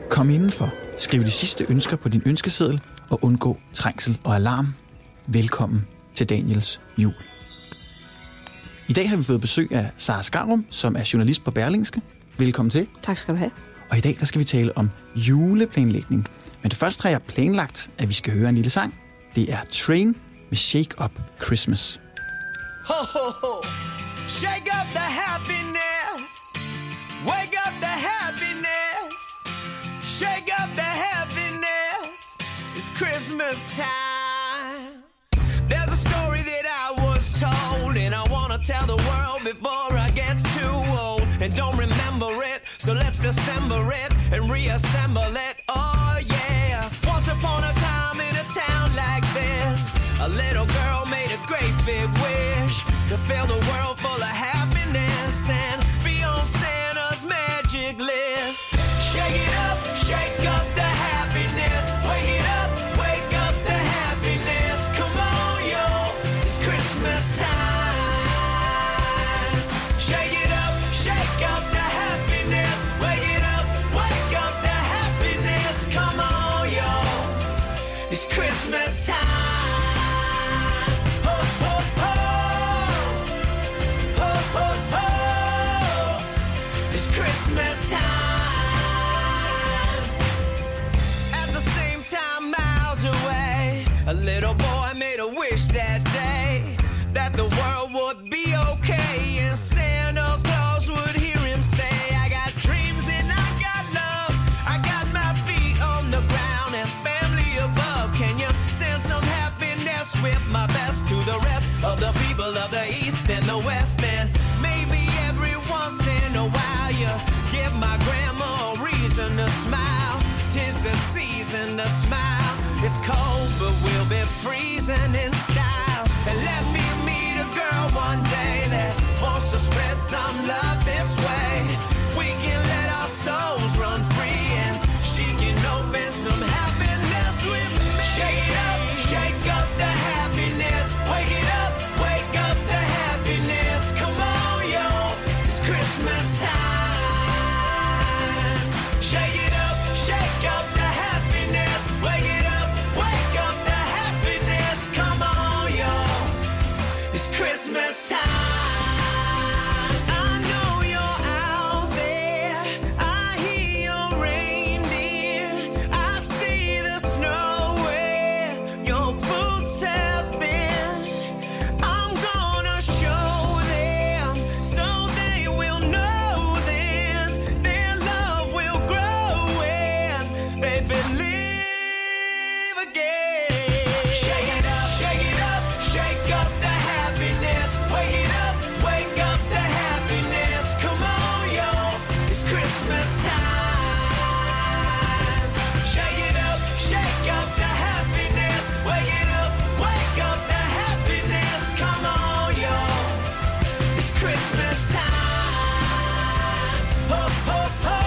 Kom indenfor, skriv de sidste ønsker på din ønskeseddel og undgå trængsel og alarm. Velkommen til Daniels jul. I dag har vi fået besøg af Sara Skarum, som er journalist på Berlingske. Velkommen til. Tak skal du have. Og i dag der skal vi tale om juleplanlægning. Men det første har jeg planlagt, at vi skal høre en lille sang. Det er Train med Shake Up Christmas. Ho, ho, ho. Shake up the happiness. Wake up the happiness. Shake up the happiness. It's Christmas time. There's a story that I was told, and I want to tell the world before I get too old. And don't remember it, so let's dissemble it and reassemble it. Oh yeah. Once upon a time in a town like this, a little girl made a great big wish to fill the world full of happiness and be on Santa's magic list. Shake it up, shake up the happiness. Wake it up, wake up the happiness. Come on, yo, it's Christmas time. Shake it up, shake up the happiness. Wake it up, wake up the happiness. Come on, yo, it's Christmas time. Christmas time. At the same time, miles away, a little boy made a wish that day that the world would be okay and Santa Claus would hear him say, I got dreams and I got love, I got my feet on the ground and family above. Can you send some happiness with my best to the rest of the people of the East and the West? And maybe every once in a while you give my grandma a reason to smile. 'Tis the season to smile. It's cold, but we'll be freezing in style. And let me meet a girl one day that wants to spread some love this way. We can let our souls run free and she can open some happiness with me. Shake it up, shake up the happiness. Wake it up, wake up the happiness. Come on, yo, it's Christmas time. Shake it up, shake up the happiness. Wake it up, wake up the happiness. Come on, yo, it's Christmas time. I know you're out there. I hear your reindeer. I see the snow where your boots have been. I'm gonna show them so they will know then their love will grow when they believe again. Shake it up, shake it up, shake up the happiness. Wake it up, wake up the happiness. Come on, yo, it's Christmas time. Shake it up, shake up the happiness. Wake it up, wake up the happiness. Come on, yo, it's Christmas time. Ho, ho, ho.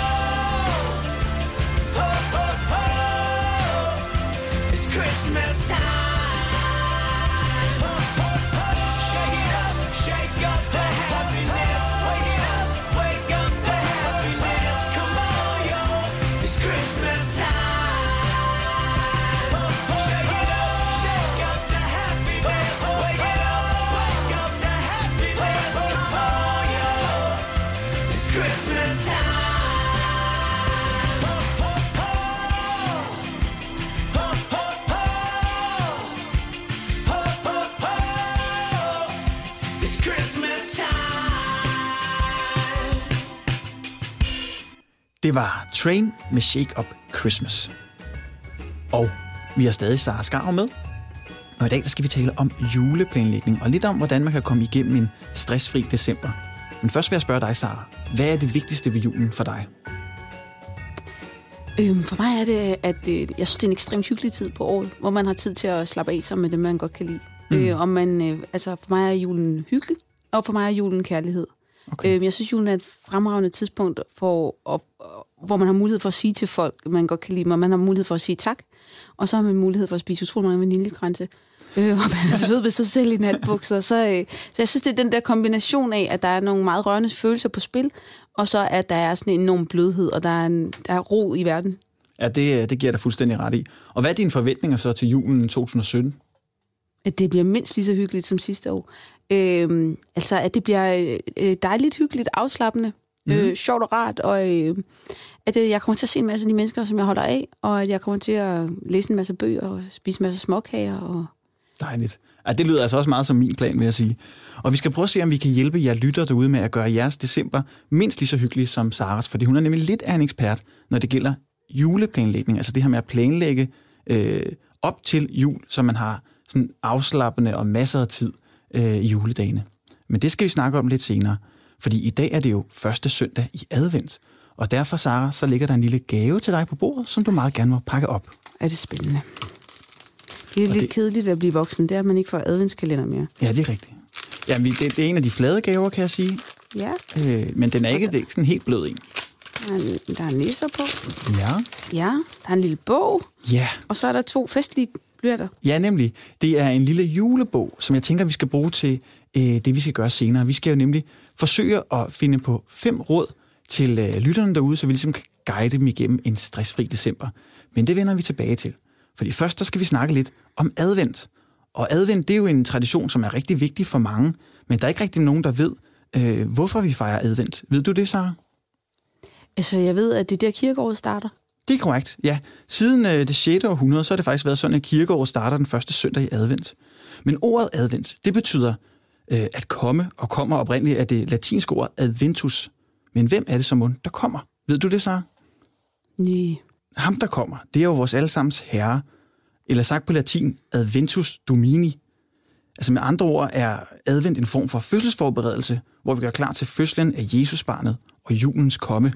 Ho, ho, ho. It's Christmas time. Ho, ho, ho. Shake it up, shake up the happiness. Wake it up, wake up the happiness. Come on, yo, it's Christmas time. Ho, ho, shake it up, shake up the happiness. Wake it up, wake up the happiness. Come on, yo, it's Christmas time. Ho, ho, ho. Ho, ho, ho. Ho, ho, ho. It's Christmas time. Det var Train med Shake Up Christmas. Og vi har stadig Sara Skarum med. Og i dag der skal vi tale om juleplanlægning og lidt om, hvordan man kan komme igennem en stressfri december. Men først vil jeg spørge dig, Sara. Hvad er det vigtigste ved julen for dig? For mig er det, at jeg synes, det er en ekstremt hyggelig tid på året, hvor man har tid til at slappe af sammen med dem, man godt kan lide. For mig er julen hyggelig, og for mig er julen kærlighed. Okay. Jeg synes, julen er et fremragende tidspunkt, hvor man har mulighed for at sige til folk, man godt kan lide, og man har mulighed for at sige tak, og så har man mulighed for at spise utrolig mange vaniljekranse, og være sød ved sig selv i natbukser. Så jeg synes, det er den der kombination af, at der er nogle meget rørende følelser på spil, og så at der er sådan en enorm blødhed, og der er ro i verden. Ja, det giver dig fuldstændig ret i. Og hvad er dine forventninger så til julen 2017? At det bliver mindst lige så hyggeligt som sidste år. Altså, at det bliver dejligt hyggeligt, afslappende, sjovt og rart, og at jeg kommer til at se en masse af de mennesker, som jeg holder af, og at jeg kommer til at læse en masse bøger og spise en masse småkager. Og... Dejligt. Ja, det lyder altså også meget som min plan, vil jeg sige. Og vi skal prøve at se, om vi kan hjælpe jer lytter derude med at gøre jeres december mindst lige så hyggelig som Saras, fordi hun er nemlig lidt af en ekspert, når det gælder juleplanlægning. Altså det her med at planlægge op til jul, så man har sådan afslappende og masser af tid i juledagene. Men det skal vi snakke om lidt senere, fordi i dag er det jo første søndag i advent. Og derfor, Sara, så ligger der en lille gave til dig på bordet, som du meget gerne må pakke op. Er det spændende? Det er lidt kedeligt ved at blive voksen, det er, at man ikke får adventskalender mere. Ja, det er rigtigt. Jamen, det er en af de flade gaver, kan jeg sige. Ja. Men den er ikke, det er ikke sådan helt blød en. Der er nisser på. Ja. Ja, der er en lille bog. Ja. Og så er der 2 festlige blyanter. Ja, nemlig. Det er en lille julebog, som jeg tænker, vi skal bruge til det, vi skal gøre senere. Vi skal jo nemlig forsøge at finde på 5 råd til lytterne derude, så vi ligesom kan guide dem igennem en stressfri december. Men det vender vi tilbage til. Fordi først, der skal vi snakke lidt om advent. Og advent, det er jo en tradition, som er rigtig vigtig for mange, men der er ikke rigtig nogen, der ved, hvorfor vi fejrer advent. Ved du det, Sara? Altså, jeg ved, at det der kirkeåret starter. Det er korrekt, ja. Siden det 6. århundrede, så har det faktisk været sådan, at kirkeåret starter den første søndag i advent. Men ordet advent, det betyder at komme, og kommer oprindeligt af det latinske ord adventus. Men hvem er det så mon, der kommer? Ved du det, Sara? Nej. Ham, der kommer, det er jo vores allesammens herre, eller sagt på latin, adventus domini. Altså med andre ord er advent en form for fødselsforberedelse, hvor vi gør klar til fødslen af Jesusbarnet og julens komme.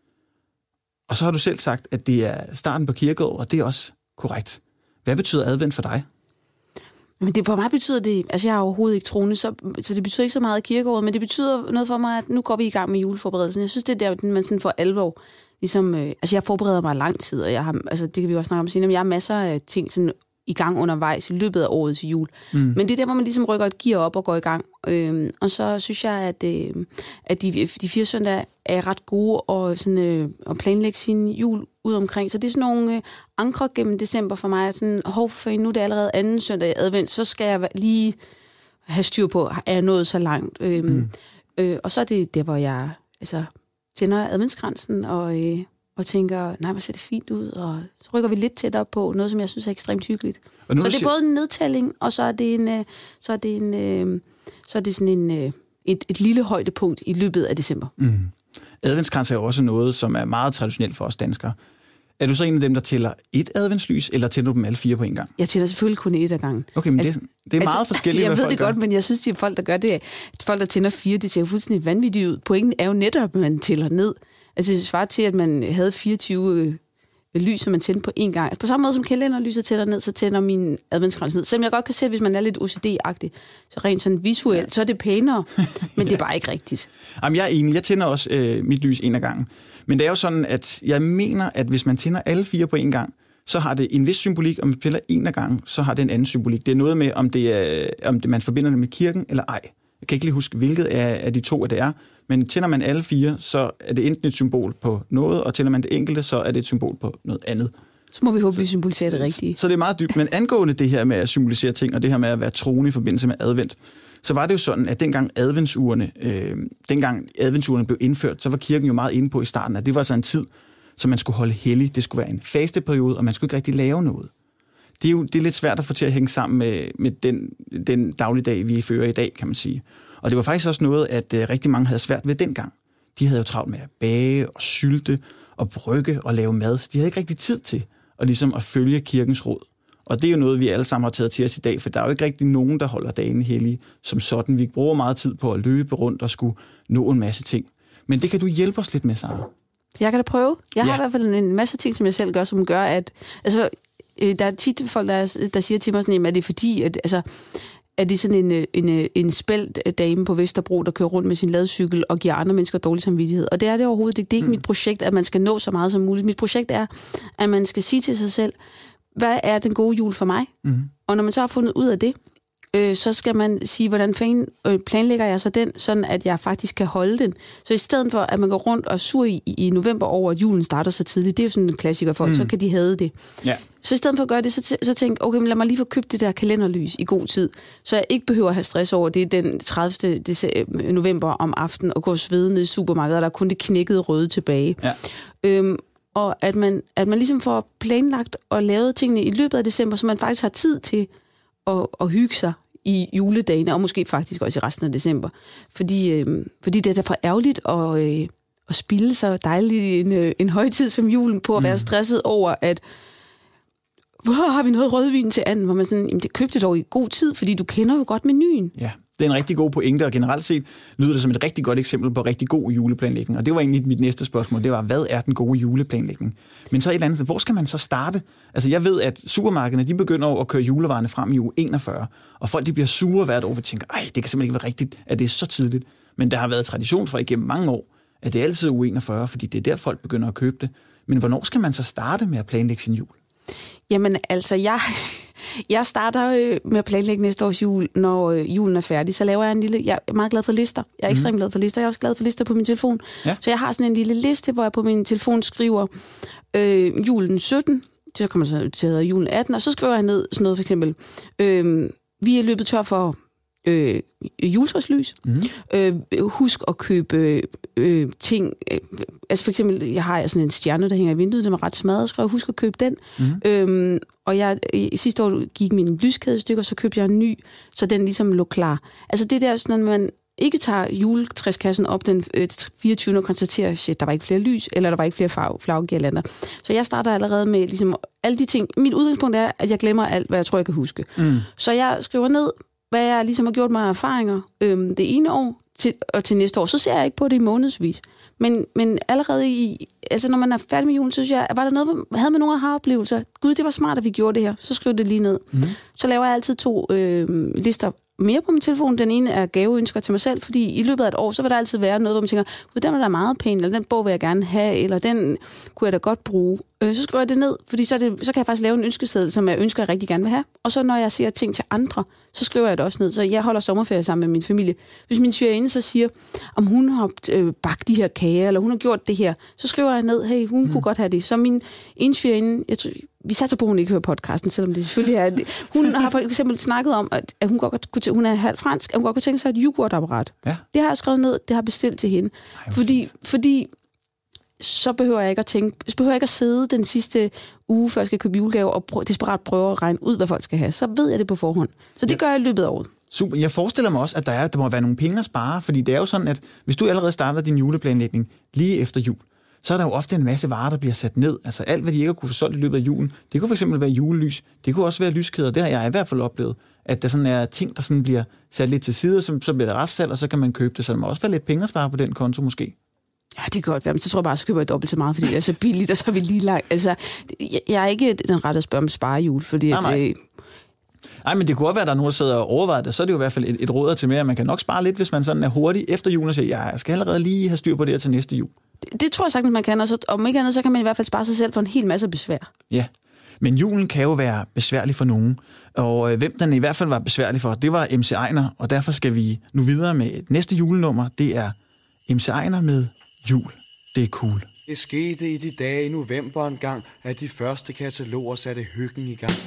Og så har du selv sagt, at det er starten på kirkeåret, og det er også korrekt. Hvad betyder advent for dig? Men for mig betyder det, altså jeg er overhovedet ikke troende, så det betyder ikke så meget kirkeåret, men det betyder noget for mig, at nu går vi i gang med juleforberedelsen. Jeg synes, det er der, man sådan for alvor, ligesom, altså jeg forbereder mig lang tid, og jeg har, altså det kan vi også snakke om senere, men jeg har masser af ting sådan i gang undervejs i løbet af året til jul. Men det er der, hvor man ligesom rykker et gear op og går i gang. Og så synes jeg, at de 4 søndage er ret gode og sådan, at planlægge sin jul ud omkring. Så det er sådan nogle ankre gennem december for mig. Sådan, for nu er det allerede anden søndag i advent, så skal jeg lige have styr på, er jeg nået så langt. Og så er det der, hvor jeg tænder adventskransen og tænker, nej, hvor ser det fint ud, og så rykker vi lidt tættere på noget, som jeg synes er ekstremt hyggeligt. Så det er både en nedtælling, og så er det sådan et lille højdepunkt i løbet af december. Adventskrans er jo også noget, som er meget traditionelt for os danskere. Er du så en af dem, der tæller 1 adventslys, eller tæller du dem alle 4 på en gang? Jeg tæller selvfølgelig kun 1 ad gangen. Okay, men det er meget forskelligt, hvad folk gør. Jeg ved det godt, men jeg synes, at folk, der gør det, folk, der tænder 4, det ser jo fuldstændig vanvittigt ud. Pointen er jo netop, at man tæller ned. Altså, det svarer til, at man havde 24 lys, som man tændte på én gang. Altså, på samme måde som kalenderlyset tæller ned, så tænder min adventskrans ned. Selvom jeg godt kan se, at hvis man er lidt OCD-agtig, så rent sådan visuelt, så er det pænere, men det er bare ikke rigtigt. Jamen, jeg er enig. Jeg tænder også mit lys 1 ad gangen. Men det er jo sådan, at jeg mener, at hvis man tænder alle 4 på en gang, så har det en vis symbolik, og man tænder 1 ad gangen, så har det en anden symbolik. Det er noget med, om man forbinder det med kirken eller ej. Jeg kan ikke lige huske, hvilket af de 2 det er, men tænder man alle 4, så er det enten et symbol på noget, og tænder man det enkelte, så er det et symbol på noget andet. Så må vi håbe, vi symboliserer det rigtigt. Så det er meget dybt. Men angående det her med at symbolisere ting, og det her med at være troende i forbindelse med advent, så var det jo sådan, at dengang adventsurene blev indført, så var kirken jo meget inde på i starten, at det var så en tid, som man skulle holde hellig. Det skulle være en fasteperiode, og man skulle ikke rigtig lave noget. Det er lidt svært at få til at hænge sammen med den dagligdag, vi fører i dag, kan man sige. Og det var faktisk også noget, at rigtig mange havde svært ved dengang. De havde jo travlt med at bage og sylte og brygge og lave mad, så de havde ikke rigtig tid til at følge kirkens råd. Og det er jo noget, vi alle sammen har taget til os i dag, for der er jo ikke rigtig nogen, der holder dagen hellige som sådan. Vi bruger meget tid på at løbe rundt og skulle nå en masse ting. Men det kan du hjælpe os lidt med, Sara. Jeg kan da prøve. Jeg har i hvert fald en masse ting, som jeg selv gør, som gør, at... Altså, der er tit folk, der siger til mig sådan, at det er fordi, at... Altså, er det sådan en spældt dame på Vesterbro, der kører rundt med sin ladcykel og giver andre mennesker dårlig samvittighed. Og det er det overhovedet ikke. Det er ikke mit projekt, at man skal nå så meget som muligt. Mit projekt er, at man skal sige til sig selv, hvad er den gode jul for mig? Og når man så har fundet ud af det, så skal man sige, hvordan planlægger jeg så den, sådan at jeg faktisk kan holde den. Så i stedet for, at man går rundt og er sur i november over, at julen starter så tidligt, det er jo sådan en klassiker for, så kan de have det. Ja. Så i stedet for at gøre det, så tænk, okay, men lad mig lige få købt det der kalenderlys i god tid, så jeg ikke behøver at have stress over det den 30. november om aftenen, og gå svede ned i supermarkedet, og der er kun det knækkede røde tilbage. Ja. Og at man ligesom får planlagt og lavet tingene i løbet af december, så man faktisk har tid til at hygge sig i juledagene, og måske faktisk også i resten af december. Fordi det er derfor ærgerligt at spilde så dejligt en højtid som julen på at være stresset over, at hvor har vi noget rødvin til anden? Hvor man sådan, jamen det købte dog i god tid, fordi du kender jo godt menuen. Ja, det er en rigtig god pointe, og generelt set lyder det som et rigtig godt eksempel på rigtig god juleplanlægning. Og det var egentlig mit næste spørgsmål, det var, hvad er den gode juleplanlægning? Men så et eller andet sted, hvor skal man så starte? Altså jeg ved, at supermarkederne, de begynder at køre julevarerne frem i uge 41, og folk de bliver sure hvert år, og tænker, ej, det kan simpelthen ikke være rigtigt, at det er så tidligt. Men der har været tradition for igennem mange år, at det er altid uge 41, fordi det er der, folk begynder at købe det. Men hvornår skal man så starte med at planlægge sin jul? Jamen altså, jeg starter med at planlægge næste års jul, når julen er færdig. Så laver jeg jeg er meget glad for lister. Jeg er ekstremt glad for lister. Jeg er også glad for lister på min telefon. Ja. Så jeg har sådan en lille liste, hvor jeg på min telefon skriver julen 17, så kommer så til julen 18, og så skriver jeg ned sådan noget for eksempel. Vi er løbet tør for juletræslys. Husk at købe ting. Altså for eksempel, jeg har sådan en stjerne, der hænger i vinduet, den var ret smadret, skrev, husk at købe den. Og jeg sidste år gik min lyskædestykker, så købte jeg en ny, så den ligesom lå klar. Altså det der, sådan, når man ikke tager juletræskassen op den 24. og konstaterer, shit, der var ikke flere lys, eller der var ikke flere flaggirlander. Så jeg starter allerede med ligesom alle de ting. Mit udgangspunkt er, at jeg glemmer alt, hvad jeg tror, jeg kan huske. Så jeg skriver ned, hvad jeg ligesom har gjort mig erfaringer det ene år til næste år. Så ser jeg ikke på det i månedsvis. Men allerede altså når man er færdig med julen, så synes jeg, var der noget, havde man nogle aha-oplevelser? Gud, det var smart, at vi gjorde det her. Så skriver det lige ned. Så laver jeg altid 2 lister mere på min telefon. Den ene er gaveønsker til mig selv, fordi i løbet af et år, så vil der altid være noget, hvor man tænker, gud, den var da meget pæn, eller den bog vil jeg gerne have, eller den kunne jeg da godt bruge. Så skriver jeg det ned, fordi så kan jeg faktisk lave en ønskeseddel, som jeg ønsker, jeg rigtig gerne vil have. Og så når jeg siger ting til andre, så skriver jeg det også ned. Så jeg holder sommerferie sammen med min familie. Hvis min svigerinde så siger, om hun har bagt de her kager, eller hun har gjort det her, så skriver jeg ned, hey, hun kunne godt have det. Så min ene svigerinde, vi satser på, at hun ikke hører podcasten, selvom det selvfølgelig er... Hun har for eksempel snakket om, at hun godt kunne hun er halvt fransk, at hun godt kunne tænke sig et yoghurtapparat. Ja. Det har jeg skrevet ned, det har jeg bestilt til hende. Fordi så behøver jeg ikke at sidde den sidste uge, før jeg skal købe julegave, og desperat prøve at regne ud, hvad folk skal have. Så ved jeg det på forhånd. Så det gør jeg i løbet af året. Super. Jeg forestiller mig også, at der må være nogle penge at spare, fordi det er jo sådan, at hvis du allerede starter din juleplanlægning lige efter jul, så er der jo ofte en masse varer, der bliver sat ned. Altså alt, hvad de ikke har kunne få solgt i løbet af julen. Det kunne for eksempel være julelys. Det kunne også være lyskæder. Det har jeg i hvert fald oplevet. At der sådan er ting, der sådan bliver sat lidt til side, så bliver det restsalg, og så kan man købe det. Så der må også være lidt penge at spare på den konto måske. Ja, det kan godt være, men så tror jeg bare, så køber jeg dobbelt så meget, fordi det er så billigt, og så er vi lige langt. Altså, jeg er ikke den rette at spørge om sparejul, fordi... Nej, men det kunne også være, at der er nogen, der sidder og overvejer det. Så er det jo i hvert fald et råd til mere, at man kan nok spare lidt, hvis man sådan er hurtig efter julen og siger, jeg skal allerede lige have styr på det her til næste jul. Det tror jeg sagtens, man kan, og så, om ikke andet, så kan man i hvert fald spare sig selv for en hel masse besvær. Ja, men julen kan jo være besværlig for nogen, og hvem den i hvert fald var besværlig for, det var MC Einar, og derfor skal vi nu videre med et næste julenummer. Det er MC Einar med Jul. Det er cool. Det skete i de dage i november en gang, at de første kataloger satte hyggen i gang.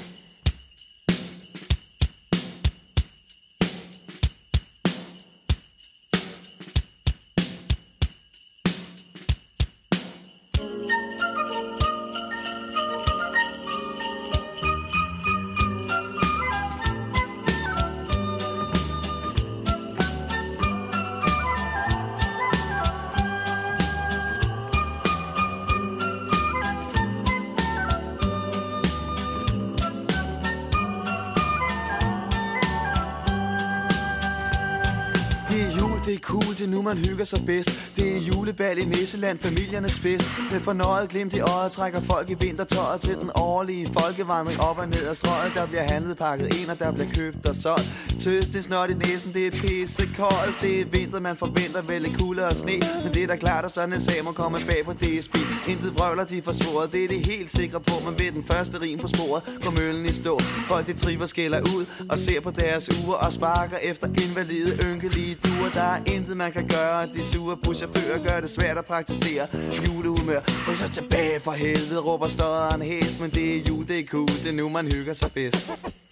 man hygger sig bedst. Det er julebal i Nisseland, familiernes fest. Med fornøjet glimt i øjet trækker folk i vintertøjet til den årlige folkevandring op og ned ad strøget. Der bliver handlet, pakket ind, og der bliver købt og solgt. Tøst, snot i næsen, det er pisse koldt. Det er vinter, man forventer vel lidt kulde og sne. Men det er da klart, at sådan en sag må komme bag på DSB. Intet vrøvler, de forsvoret, det er det helt sikre på. Men ved den første rim på sporet går møllen i stå. Folk de triver skælder ud og ser på deres uger og sparker efter invalide, ynkelige duer. Der er intet man kan gøre, de sure buschauffører gør det svært at praktisere julehumør. Ryk så tilbage for helvede, råber stodderen hæs. Men det er jul, det er cool, det er nu man hygger sig bedst.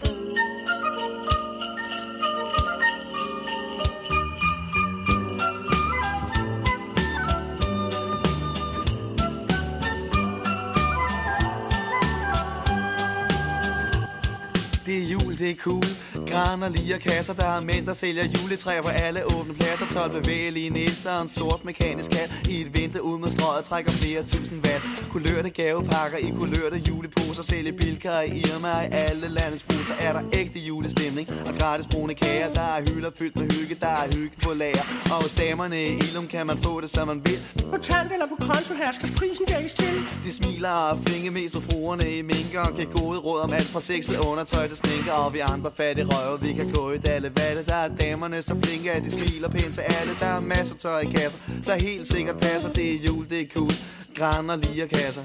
Det er jul, det er cool. Graner, liger, kasser, der er mænd, der sælger juletræer på alle åbne pladser. 12 bevægelige nisser og en sort mekanisk kat. I et vindue ud med strøget trækker flere tusind watt. Kulørte gavepakker i kulørte juleposer. Sælger Bilka i Irma i alle landets busser. Er der ægte julestemning og gratis brune kager. Der er hylder fyldt med hygge, der er hygge på lager. Og hos damerne i Ilum kan man få det, som man vil. Kontant eller på konto, her skal prisen dækkes til. De smiler og flinke mest på fruerne i minker og giver gode råd om alt fra sexet undertøj til sminker. Og vi andre fattige røve, vi kan gå i dalle valle. Der er damerne så flinke, at de smiler pænt til alle. Der er masser tøj i kasser, der helt sikkert passer. Det er jul, det er cool. Graner, liger, kasser.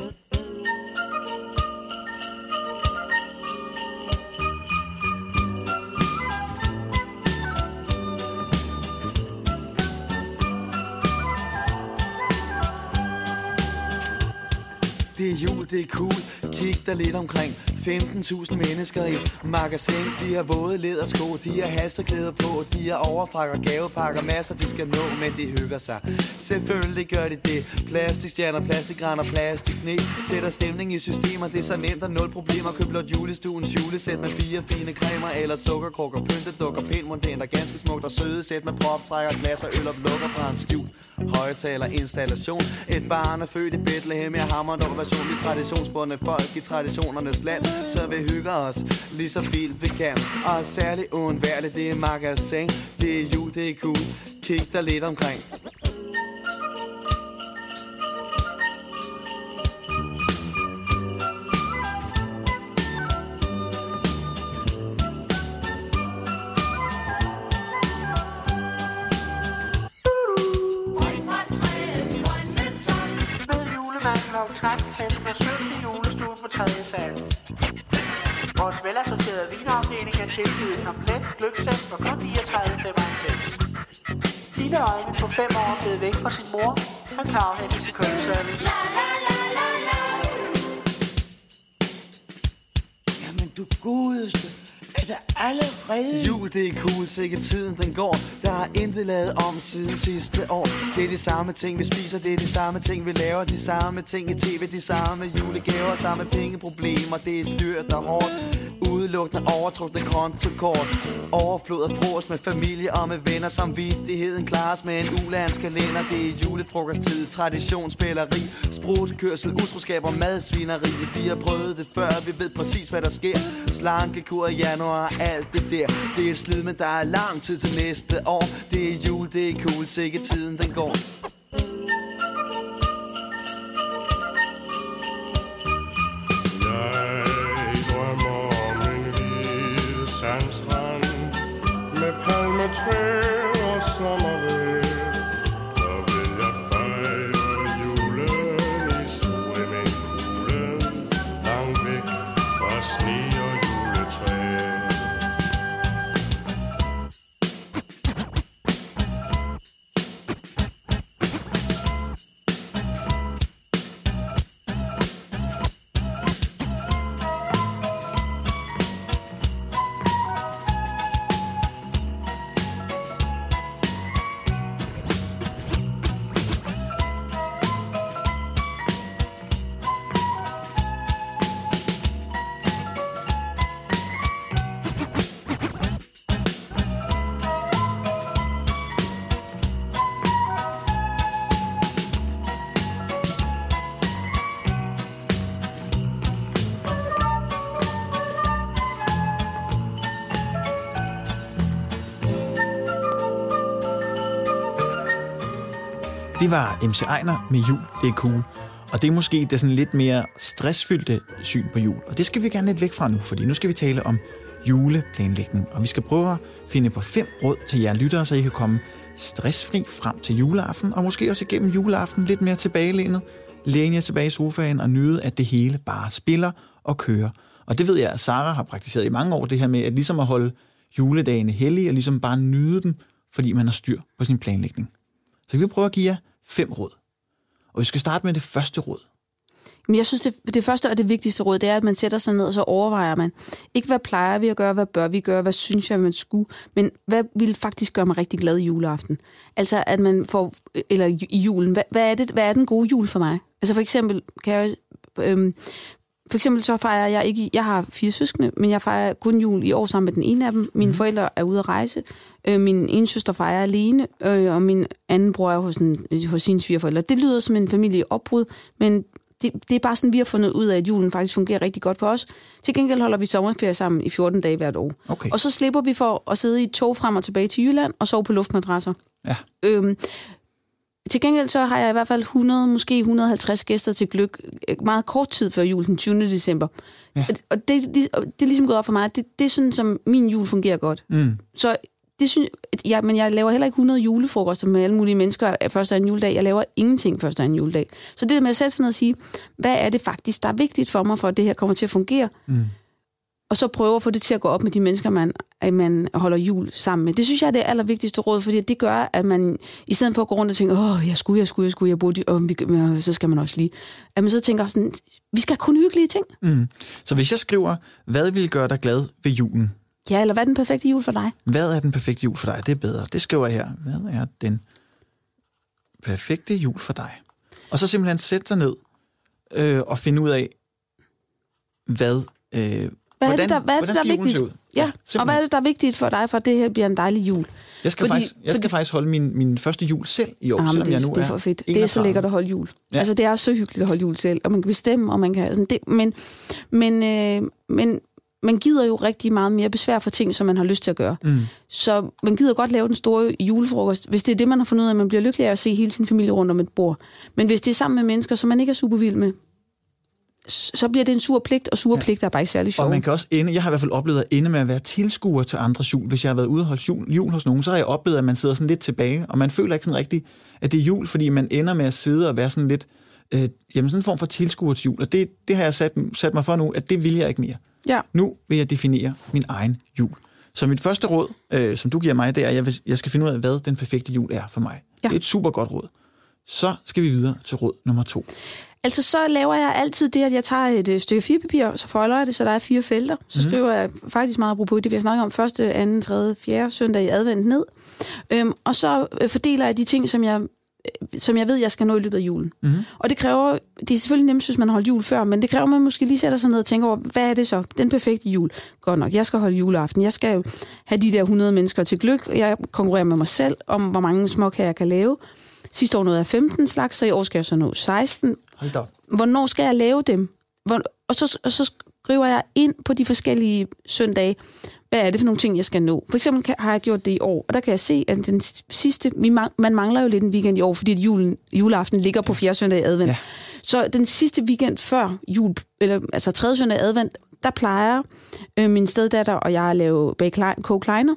Det er jul, det er cool. Kig dig lidt omkring. 15.000 mennesker i magasin. De har våde lædersko, de har halsterklæder på. De har overfrakker, gavepakker, masser de skal nå, men de hygger sig. Selvfølgelig gør de det. Plastikstjerner, plastikgræn og plastiksne sætter stemning i systemer. Det er så nemt og nul problemer. Køb blot julestuens julesæt med 4 fine cremer eller sukkerkrukker, pyntedukker, pindmundenter, ganske smukt og søde sæt med proptrækker, glas og øl og lukker fra en skjul højtaler installation. Et barn er født i Bethlehem. Jeg hammer en version i traditionsbundne folk i traditionernes land. Så vi hygger os lige så vildt vi kan. Og særligt uundværligt, det er magasin. Det er jul, det er cool. Kig dig lidt omkring. Med 17 julestue på 3. sal. Vores velassorterede vinafdeling er tilbydet komplet gløggsæt for kun 39,95. Lille øjne på 5 år er blevet væk fra sin mor. Han kan afhentes i kundeservice. Jamen du godeste. Er der allerede? Jul, det er cool, sikke tiden den går. Der er intet lavet om siden sidste år. Det er de samme ting vi spiser, det er de samme ting vi laver. De samme ting i tv, de samme julegaver. Samme pengeproblemer, det er dyrt og hårdt. Udelukkende overtrukne kontokort. Overflod af frokost med familie og med venner. Samvittigheden klares med en ulandskalender. Det er julefrokosttid, traditionsspilleri, sprutkørsel, utroskab og madsvineri. Vi har prøvet det før, vi ved præcis hvad der sker. Slankekur i januar, alt det der. Det er et slid, men der er lang tid til næste år. Det er jul, det er cool, sikke tiden den går. Sandstrand med palmetræ og sommervejr. Så vil jeg fejre julen i swimmingpoolen, langt væk fra sne og juletræ. Det var MC Einar med Jul, det er cool. Og det er måske det sådan lidt mere stressfyldte syn på jul. Og det skal vi gerne lidt væk fra nu, fordi nu skal vi tale om juleplanlægning. Og vi skal prøve at finde på 5 råd til jer lyttere, så I kan komme stressfri frem til juleaften, og måske også igennem juleaften lidt mere tilbagelænet, læne jer tilbage i sofaen og nyde, at det hele bare spiller og kører. Og det ved jeg, at Sara har praktiseret i mange år, det her med at ligesom at holde juledagene hellige og ligesom bare nyde dem, fordi man har styr på sin planlægning. Så vi vil prøve at give jer 5 råd. Og vi skal starte med det første råd. Men jeg synes, det første og det vigtigste råd, det er, at man sætter sig ned, og så overvejer man. Ikke, hvad plejer vi at gøre, hvad bør vi gøre, hvad synes jeg, man skulle, men hvad vil faktisk gøre mig rigtig glad i juleaften? Altså, at man får, eller i julen, hvad er den gode jul for mig? Altså, for eksempel kan jeg for eksempel så fejrer jeg ikke, jeg har 4 søskende, men jeg fejrer kun jul i år sammen med den ene af dem. Mine forældre er ude at rejse. Min ene søster fejrer alene, og min anden bror er hos sine svigerforældre. Det lyder som en familieopbrud, men det er bare sådan, vi har fundet ud af, at julen faktisk fungerer rigtig godt på os. Til gengæld holder vi sommerferie sammen i 14 dage hvert år. Okay. Og så slipper vi for at sidde i et tog frem og tilbage til Jylland og sove på luftmadrasser. Ja. Til gengæld så har jeg i hvert fald 100, måske 150 gæster til Gløgg meget kort tid før jul, den 20. december. Ja. Og det er ligesom gået op for mig. Det er sådan, som min jul fungerer godt. Så det synes jeg, men jeg laver heller ikke 100 julefrokoster med alle mulige mennesker første og anden juledag. Jeg laver ingenting første og anden juledag. Så det der med at sætte sig ned og sige, hvad er det faktisk, der er vigtigt for mig, for at det her kommer til at fungere? Og så prøve at få det til at gå op med de mennesker, man holder jul sammen med. Det synes jeg er det allervigtigste råd, fordi det gør, at man i stedet for at gå rundt og tænke, jeg burde, så skal man også lige. At man så tænker sådan, vi skal kun hyggelige ting. Så hvis jeg skriver, hvad vil gøre dig glad ved julen? Ja, eller hvad er den perfekte jul for dig? Hvad er den perfekte jul for dig? Det er bedre. Det skriver jeg her. Hvad er den perfekte jul for dig? Og så simpelthen sætte dig ned og finde ud af, hvordan skal julen se ud? Ja, og hvad er det, der er vigtigt for dig, for at det her bliver en dejlig jul? Jeg skal faktisk holde min første jul selv i år, selvom jeg nu det er for fedt. Det er så lækkert at holde jul. Ja. Altså, det er så hyggeligt at holde jul selv, og man kan bestemme, og man kan sådan det, men man gider jo rigtig meget mere besvær for ting, som man har lyst til at gøre. Så man gider godt lave den store julefrokost, hvis det er det, man har fundet ud af, at man bliver lykkelig af at se hele sin familie rundt om et bord. Men hvis det er sammen med mennesker, som man ikke er super vild med, så bliver det en sur pligt, og sure pligter er bare ikke særlig sjov. Og man kan også jeg har i hvert fald oplevet at ende med at være tilskuer til andres jul. Hvis jeg har været ude og holde jul hos nogen, så har jeg oplevet, at man sidder sådan lidt tilbage, og man føler ikke sådan rigtigt, at det er jul, fordi man ender med at sidde og være sådan lidt, sådan en form for tilskuer til jul. Og det har jeg sat mig for nu, at det vil jeg ikke mere. Ja. Nu vil jeg definere min egen jul. Så mit første råd, som du giver mig, det er, at jeg skal finde ud af, hvad den perfekte jul er for mig. Ja. Det er et super godt råd. Så skal vi videre til råd nummer 2. Altså, så laver jeg altid det, at jeg tager et stykke 4-papir, så folder jeg det, så der er 4 felter. Så skriver jeg faktisk meget apropos det, vi har snakket om, 1., 2., 3., 4. søndag i advent ned. Og så fordeler jeg de ting, som jeg ved, jeg skal nå i løbet af julen. Og det kræver, det er selvfølgelig nemt, hvis man har holdt jul før, men det kræver, at man måske lige sætter sig ned og tænker over, hvad er det så? Den perfekte jul. Godt nok, jeg skal holde juleaften. Jeg skal have de der 100 mennesker til Gløgg. Jeg konkurrerer med mig selv om, hvor mange småkager jeg kan lave. Sidste år nåede jeg 15 slags, så i år skal jeg så nå 16. Hold da. Hvornår skal jeg lave dem? Og så skriver jeg ind på de forskellige søndage, hvad er det for nogle ting, jeg skal nå. For eksempel har jeg gjort det i år, og der kan jeg se, at den sidste, man mangler jo lidt en weekend i år, fordi juleaften ligger på 4. søndag i advent. Ja. Så den sidste weekend før jul, altså 3. søndag i advent, der plejer min steddatter og jeg at lave koge kleiner.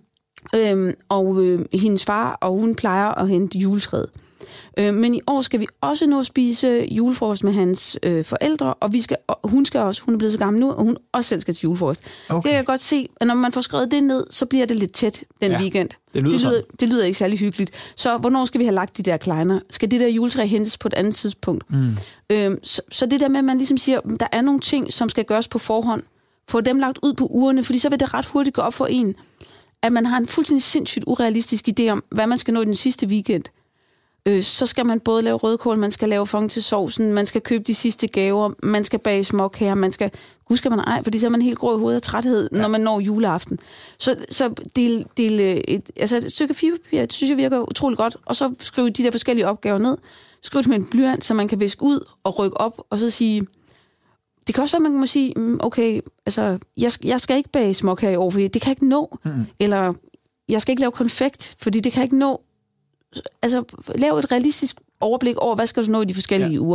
Og hendes far, og hun plejer at hente juletræet. Men i år skal vi også nå at spise julefrokost med hans forældre, og hun er blevet så gammel nu, og hun også selv skal til julefrokost. Okay. Det kan jeg godt se, at når man får skrevet det ned, så bliver det lidt tæt den weekend. Det lyder ikke særlig hyggeligt. Så hvornår skal vi have lagt de der kleiner? Skal det der juletræ hentes på et andet tidspunkt? Så det der med, at man ligesom siger, der er nogle ting, som skal gøres på forhånd, få dem lagt ud på ugerne, fordi så vil det ret hurtigt gå op for en, at man har en fuldstændig sindssygt urealistisk idé om, hvad man skal nå i den sidste weekend. Så skal man både lave rødkål, man skal lave fong til sovsen, man skal købe de sidste gaver, man skal bage småkager, man skal... Gud skal man ej, fordi så er man helt grå i hovedet af træthed, når man når juleaften. Så et stykke 4-papir, synes jeg virker utrolig godt, og så skrive de der forskellige opgaver ned, skrive det med en blyant, så man kan viske ud og rykke op, og så sige... Det kan også være, at man må sige, okay, altså, jeg skal ikke bage småkager i år, fordi det kan jeg ikke nå. Eller jeg skal ikke lave konfekt, fordi det kan jeg ikke nå lav et realistisk overblik over, hvad skal du nå i de forskellige uger.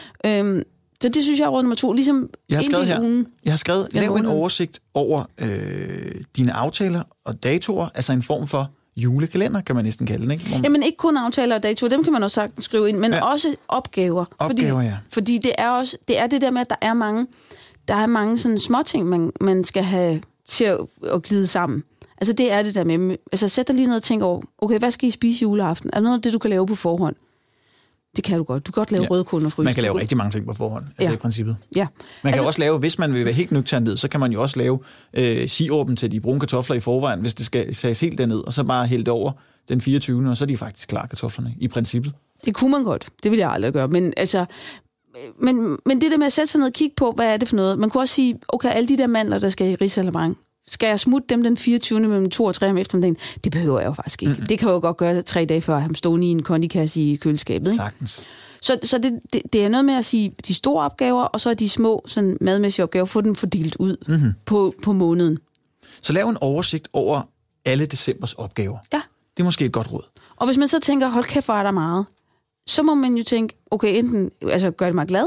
Så det synes jeg er råd nummer 2. Ligesom jeg har skrevet, lav en måned. oversigt over dine aftaler og datoer, altså en form for julekalender, kan man næsten kalde den, ikke? Jamen ikke kun aftaler og datoer, dem kan man også sagtens skrive ind, men også opgaver. Fordi det er det der med, at der er mange sådan småting, man skal have til at glide sammen. Altså det er det der med, altså sæt dig lige ned og tænk over, okay, hvad skal I spise juleaften? Er der noget af det, du kan lave på forhånd? Det kan du godt. Du kan godt lave rødkål og fryse. Man kan lave rigtig mange ting på forhånd, altså i princippet. Ja. Man kan også lave, hvis man vil være helt nøgtern ned, så kan man jo også lave sirupen til de brune kartofler i forvejen, hvis det skal sages helt derned, og så bare hælde det over den 24. og så er de faktisk klar, kartoflerne, i princippet. Det kunne man godt. Det vil jeg aldrig gøre. Men altså, men det der med at sætte sig ned og kigge på, hvad er det for noget? Man kunne også sige, okay, alle de der mandler, der skal i risalamande, skal jeg smutte dem den 24. mellem 2 og 3 om eftermiddagen? Det behøver jeg jo faktisk ikke. Det kan jeg jo godt gøre 3 dage før, ham stående i en kondikasse i køleskabet. Ikke? Sagtens. Så det er noget med at sige, de store opgaver, og så er de små sådan madmæssige opgaver, få dem fordelt ud på måneden. Så lav en oversigt over alle decembers opgaver. Ja. Det er måske et godt råd. Og hvis man så tænker, hold kæft, hvor er der meget, så må man jo tænke, okay, enten gør det mig glad,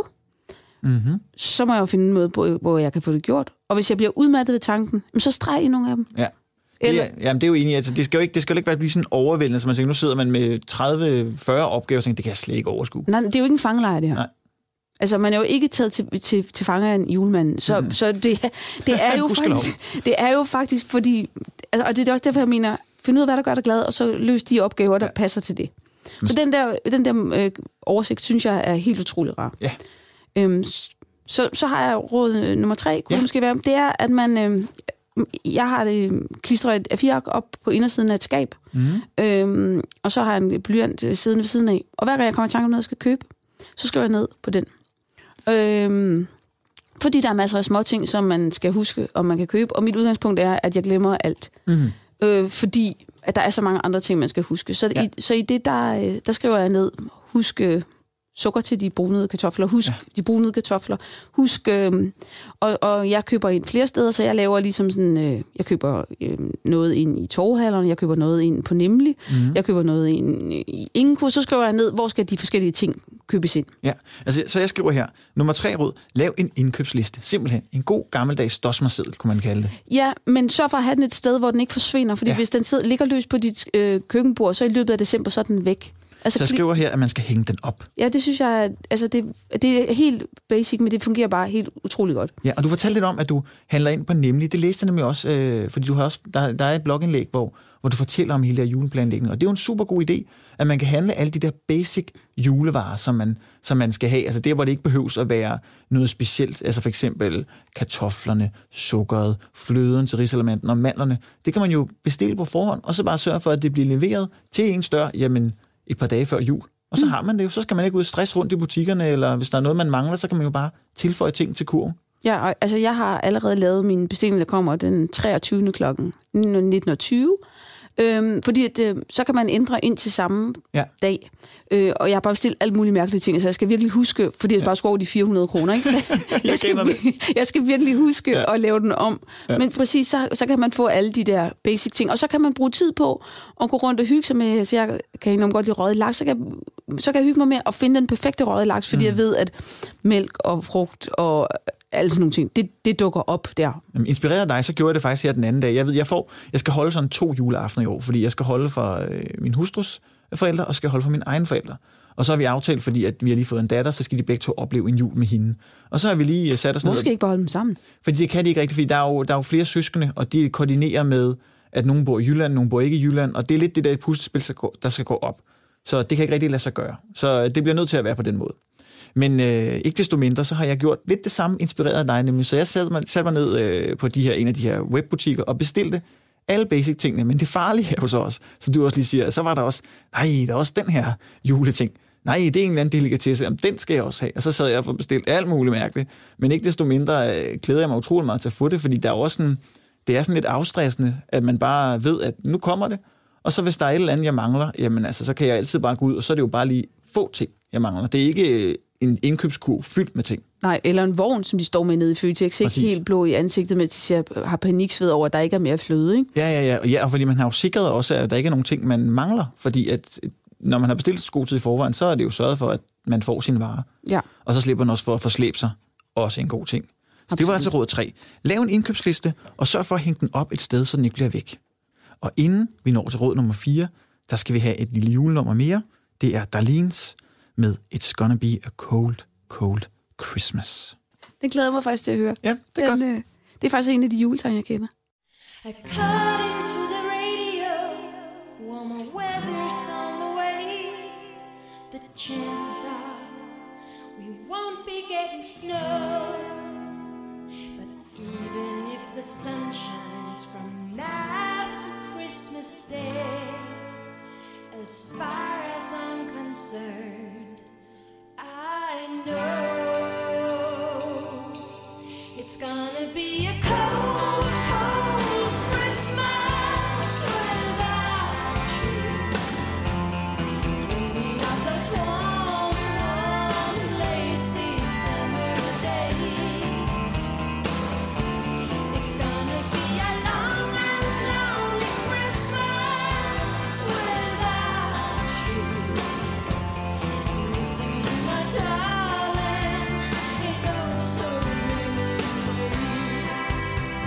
så må jeg jo finde en måde, hvor jeg kan få det gjort. Og hvis jeg bliver udmattet ved tanken, så streg i nogle af dem. Ja. Jamen, det er jo enig. Altså, det skal jo ikke være sådan overvældende, så man tænker, nu sidder man med 30-40 opgaver, og tænker, det kan jeg slet ikke overskue. Nej, det er jo ikke en fangelejr, det her. Nej. Altså, man er jo ikke taget til fange af en julemand. Så det er jo faktisk fordi... Altså, og det er også derfor, jeg mener, find ud af, hvad der gør dig glad, og så løs de opgaver, der passer til det. Så den der oversigt, synes jeg, er helt utrolig rar. Ja. Så har jeg råd nummer 3, kunne det måske være, det er, at man... jeg har det klistret et A4-ark op på indersiden af et skab, og så har jeg en blyant siddende ved siden af. Og hver gang jeg kommer i tanke om noget, jeg skal købe, så skriver jeg ned på den. Fordi der er masser af små ting, som man skal huske, og man kan købe. Og mit udgangspunkt er, at jeg glemmer alt. Fordi at der er så mange andre ting, man skal huske. Så i det, der skriver jeg ned, husk sukker til de brunede kartofler, husk de brunede kartofler, husk, og jeg køber ind flere steder, så jeg laver ligesom sådan, jeg køber noget ind i torvehallerne, jeg køber noget ind på Nemlig, jeg køber noget ind i Ingenko, så skriver jeg ned, hvor skal de forskellige ting købes ind. Ja, altså, så jeg skriver her, nummer 3 råd, lav en indkøbsliste, simpelthen, en god gammeldags dosmerseddel, kunne man kalde det. Ja, men så for at have den et sted, hvor den ikke forsvinder, fordi hvis den ligger løs på dit køkkenbord, så i løbet af december, så er den væk. Altså, så jeg skriver her, at man skal hænge den op. Ja, det synes jeg, altså det er helt basic, men det fungerer bare helt utrolig godt. Ja, og du fortalte lidt om, at du handler ind på Nemlig. Det læste jeg nemlig også, fordi du har også, der er et blogindlæg, hvor du fortæller om hele der juleplanlægning. Og det er jo en super god idé, at man kan handle alle de der basic julevarer, som man skal have. Altså der, hvor det ikke behøves at være noget specielt. Altså for eksempel kartoflerne, sukkeret, fløden til risalamanden og mandlerne. Det kan man jo bestille på forhånd, og så bare sørge for, at det bliver leveret til en større, jamen et par dage før jul. Og så har man det jo. Så skal man ikke ud og stresse rundt i butikkerne, eller hvis der er noget, man mangler, så kan man jo bare tilføje ting til kurven. Ja, og, altså jeg har allerede lavet min bestilling, der kommer den 23. klokken 19.20. Fordi at, så kan man ændre ind til samme dag. Og jeg har bare bestilt alle mulige mærkelige ting, så jeg skal virkelig huske, fordi jeg bare skulle over de 400 kroner, ikke? Så jeg skal virkelig huske at lave den om. Men præcis, så kan man få alle de der basic ting. Og så kan man bruge tid på at gå rundt og hygge sig med, så jeg kan enormt godt lide røget laks, så kan jeg hygge mig med at finde den perfekte røget laks, fordi jeg ved, at mælk og frugt og alle sådan nogle ting, det dukker op der. Jamen, inspireret af dig, så gjorde jeg det faktisk her den anden dag. Jeg skal holde sådan 2 juleaftener i år, fordi jeg skal holde for min hustrus forældre, og skal holde for mine egne forældre. Og så har vi aftalt, fordi at vi har lige fået en datter, så skal de begge to opleve en jul med hende. Og så har vi lige sat os ned. Hvorfor skal I ikke bare holde dem sammen? Fordi det kan de ikke rigtigt, fordi der er jo flere søskende, og de koordinerer med, at nogen bor i Jylland, nogen bor ikke i Jylland, og det er lidt det der puslespil, der skal gå op. Så det kan ikke rigtig lade sig gøre. Så det bliver nødt til at være på den måde. Men ikke desto mindre, så har jeg gjort lidt det samme, inspireret af dig nemlig. Så jeg satte mig ned på en af de her webbutikker og bestilte alle basic tingene. Men det farlige er jo så også, som du også lige siger, så var der også, der er også den her juleting. Nej, det er en eller anden delikatesse, den skal jeg også have. Og så sad jeg og bestilt alt muligt mærkeligt. Men ikke desto mindre glæder jeg mig utrolig meget til at få det, fordi der er også sådan, det er sådan lidt afstressende, at man bare ved, at nu kommer det. Og så hvis der er et eller andet, jeg mangler, jamen altså, så kan jeg altid bare gå ud, og så er det jo bare lige få ting, jeg mangler. Det er ikke en indkøbskurv fyldt med ting. Nej, eller en vogn, som de står med nede i Føtex, ikke helt blå i ansigtet, men de har paniksved over, at der ikke er mere fløde, ikke? Ja, og fordi man har jo sikret også, at der ikke er nogen ting, man mangler, fordi at når man har bestilt så god tid i forvejen, så er det jo sørget for, at man får sine varer. Ja. Og så slipper man også for at forslæbe sig. Også en god ting. Så det var altså råd 3. Lav en indkøbsliste, og sørg for at hænge den op et sted, så den ikke bliver væk. Og inden vi når til råd nummer 4, der skal vi have et lille julenummer mere. Det er Darlene's med It's Gonna Be a Cold, Cold Christmas. Det glæder mig faktisk til at høre. Ja, det er godt. Det er faktisk en af de julesange, jeg kender. According to the radio, warmer weather's on the way. The chances are we won't be getting snow. But even if the sun shines from now to Christmas Day, as far as I'm concerned, I know it's gonna be a cold, cold Christmas without you. Dreaming of those warm, warm, lazy summer days. It's gonna be a long and lonely Christmas without you. Missing you, my darling, in oh so many ways.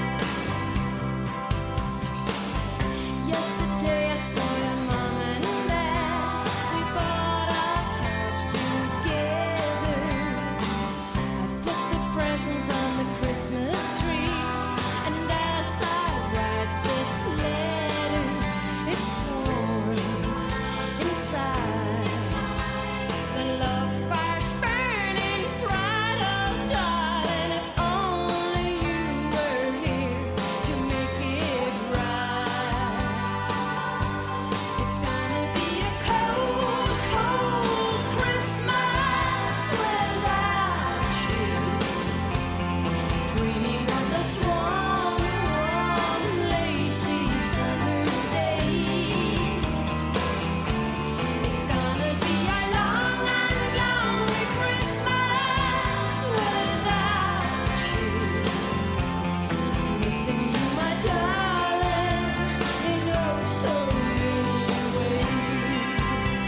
Yesterday I saw your mom and dad. We bought our couch together. I put the presents on the Christmas tree, and as I write this letter, it's warm inside. The love fire's burning bright, oh darling, if only you were here to make it right. It's gonna be a cold, cold Christmas without you. Dreaming of those warm, warm, lazy summer days. It's gonna be a long and lonely Christmas without you. Missing you, my darling, in oh so many ways.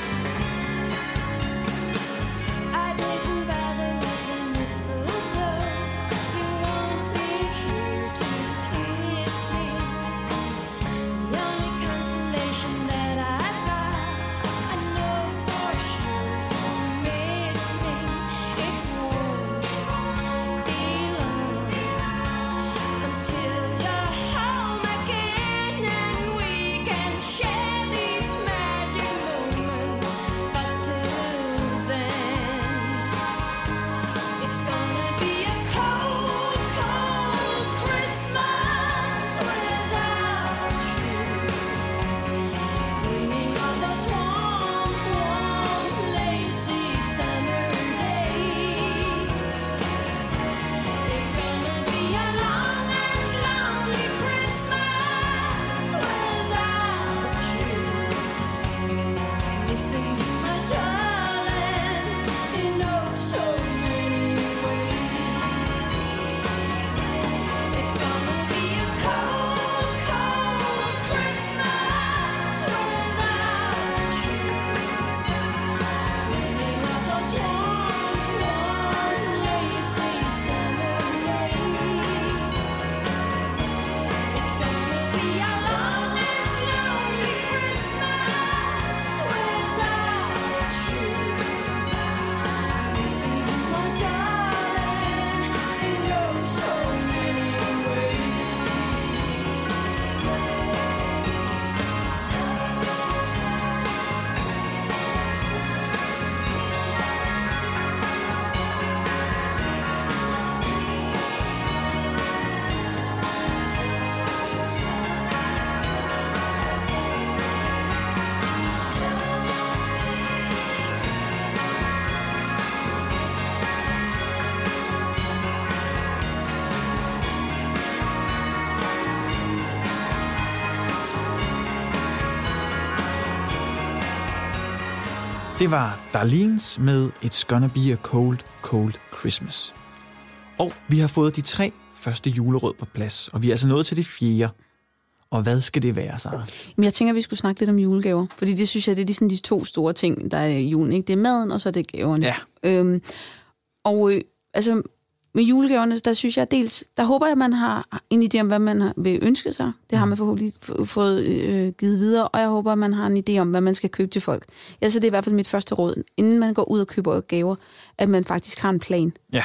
I didn't bother with the mistletoe. You won't be here to kiss me. The only consolation that I got, I know for sure you'll miss me. It won't be long until you're home again and we can share these magic moments. But till then, it's gonna be a cold, cold Christmas without you. Dreaming of those warm, warm, lazy summer days. It's gonna be a long and lonely Christmas without you. Missing you, my darling, in oh so many ways. It's gonna be a cold, cold Christmas without you. Dreaming of those warm, warm, lazy summer days. It's gonna be a long and lonely Christmas without you. Missing you, my darling, in oh so many ways. Det var Darlene's med It's Gonna Be a Cold, Cold Christmas. Og vi har fået de 3 første juleråd på plads, og vi er altså nået til det 4. Og hvad skal det være, Sara? Men jeg tænker, at vi skulle snakke lidt om julegaver. Fordi det synes jeg, det er sådan de to store ting, der er i julen. Ikke? Det er maden, og så er det gaverne. Ja. Altså med julegaverne, der synes jeg dels, der håber jeg, at man har en idé om, hvad man vil ønske sig. Det har man forhåbentlig fået givet videre, og jeg håber, at man har en idé om, hvad man skal købe til folk. Altså det er i hvert fald mit første råd, inden man går ud og køber gaver, at man faktisk har en plan. Ja.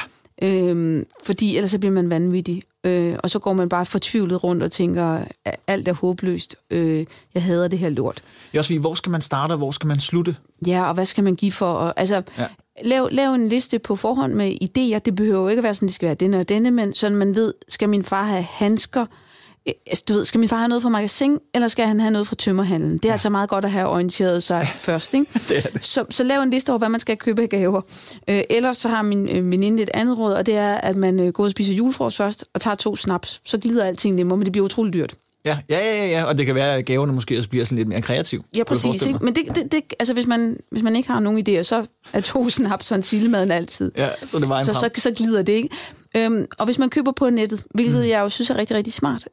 Fordi ellers så bliver man vanvittig. Og så går man bare fortvivlet rundt og tænker, at alt er håbløst. Jeg hader det her lort. Det er også hvor skal man starte, og hvor skal man slutte? Ja, og hvad skal man give for? Og, altså, lav en liste på forhånd med idéer. Det behøver jo ikke at være sådan, det skal være denne og denne, men sådan man ved, skal min far have handsker? Altså, du ved, skal min far have noget fra magasin, eller skal han have noget fra tømmerhandlen? Det er altså meget godt at have orienteret sig først, ikke? Det er det. Så lav en liste over, hvad man skal købe af gaver. Ellers så har min veninde et andet råd, og det er, at man går og spiser julefrokost først, og tager 2 snaps. Så glider alting nemmere, men det bliver utroligt dyrt. Ja, og det kan være, at gaverne måske også bliver sådan lidt mere kreativ. Ja, præcis. Ikke? Men det, altså, hvis man ikke har nogen idéer, så er 2 snaps og en sildemaden altid. Ja, så det var så glider det, ikke? Og hvis man køber på nettet, hvilket jeg jo synes er rigtig, rigtig smart,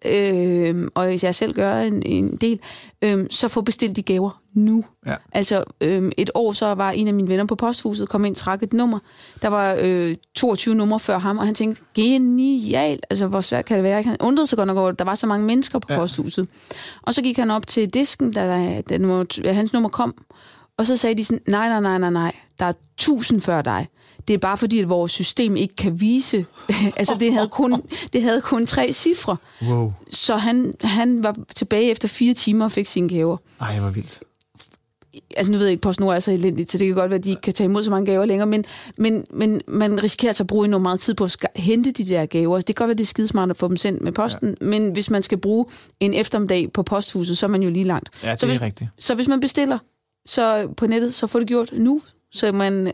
og jeg selv gør en del, så få bestilt de gaver nu. Ja. Altså et år så var en af mine venner på posthuset, kom ind, trak et nummer. Der var 22 numre før ham, og han tænkte, genialt, altså hvor svært kan det være? Han undrede sig godt nok over, der var så mange mennesker på posthuset. Og så gik han op til disken, da hans nummer kom, og så sagde de sådan, nej, der er 1000 før dig. Det er bare fordi, at vores system ikke kan vise. Altså, det havde kun 3 cifre. Wow. Så han var tilbage efter 4 timer og fik sine gaver. Ej, hvor vildt. Altså, nu ved jeg ikke, PostNord er så elendigt, så det kan godt være, at de ikke kan tage imod så mange gaver længere, men man risikerer altså at bruge enormt meget tid på at hente de der gaver. Altså, det kan godt være, at det er skidesmart at få dem sendt med posten, men hvis man skal bruge en eftermiddag på posthuset, så er man jo lige langt. Ja, det er rigtigt. Så hvis man bestiller så på nettet, så får det gjort nu, så man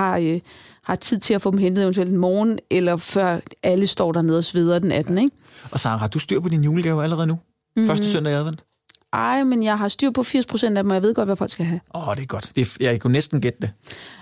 har tid til at få dem hentet eventuelt en morgen, eller før alle står dernede og sveder den 18. Ikke? Og Sara, har du styr på din julegave allerede nu? Første søndag i advent? Ej, men jeg har styr på 80% af dem, og jeg ved godt, hvad folk skal have. Det er godt. Jeg kunne næsten gætte det.